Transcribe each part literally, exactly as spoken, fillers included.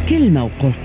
كلمة وقص.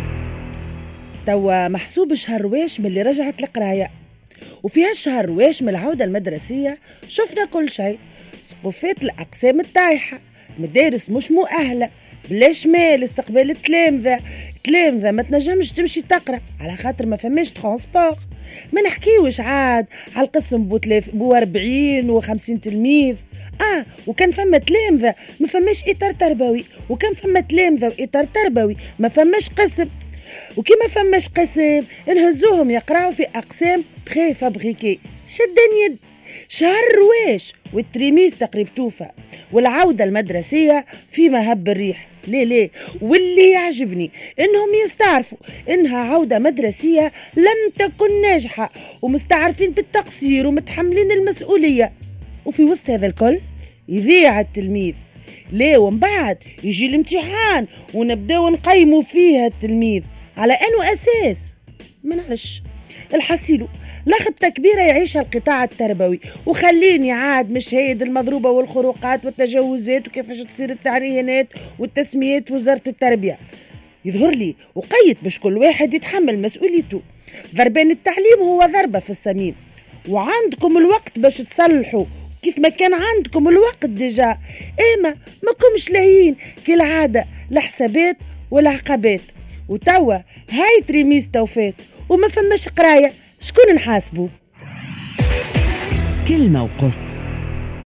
توا محسوب شهر رواش من اللي رجعت القراية، وفي هالشهر رواش من العودة المدرسية شفنا كل شيء: سقوفات الأقسام الطايحة، مدارس مش مؤهلة، بلا شمال استقبال التلامذة، تلامذة ما تنجمش تمشي تقرأ على خاطر ما فماش ترانسبور. ما نحكيوش عاد على القسم بو, بو أربعين وخمسين تلميذ. اه وكان فما تلامذة ما فماش إطار تربوي، وكان فما تلامذة وإطار تربوي ما فماش قسم، وكما فماش قسم نهزوهم يقراوا في أقسام بخي فابريكي. شدن يد شهر رواش والتريميز تقريب توفى، والعودة المدرسية في مهب الريح. ليه ليه واللي يعجبني انهم يستعرفوا انها عودة مدرسية لم تكن ناجحة، ومستعرفين بالتقصير ومتحملين المسؤولية. وفي وسط هذا الكل يذيع التلميذ ليه، ومن بعد يجي الامتحان ونبداو نقيموا فيها التلميذ على انه اساس ما نعرفش. الحسيلو لخبطة كبيرة يعيشها القطاع التربوي، وخليني عاد مش هيد المضروبة والخروقات والتجاوزات وكيفاش تصير التعرينات والتسميات وزارة التربية. يظهر لي وقيت باش كل واحد يتحمل مسؤوليته. ضربان التعليم هو ضربة في السمين، وعندكم الوقت باش تصلحوا كيف ما كان عندكم الوقت ديجا. ايما ما كمش لاهين كالعادة الحسابات والعقبات. وتوا هاي تريميز توفات وما فماش قراية، شكون نحاسبه؟ كلمة وقص.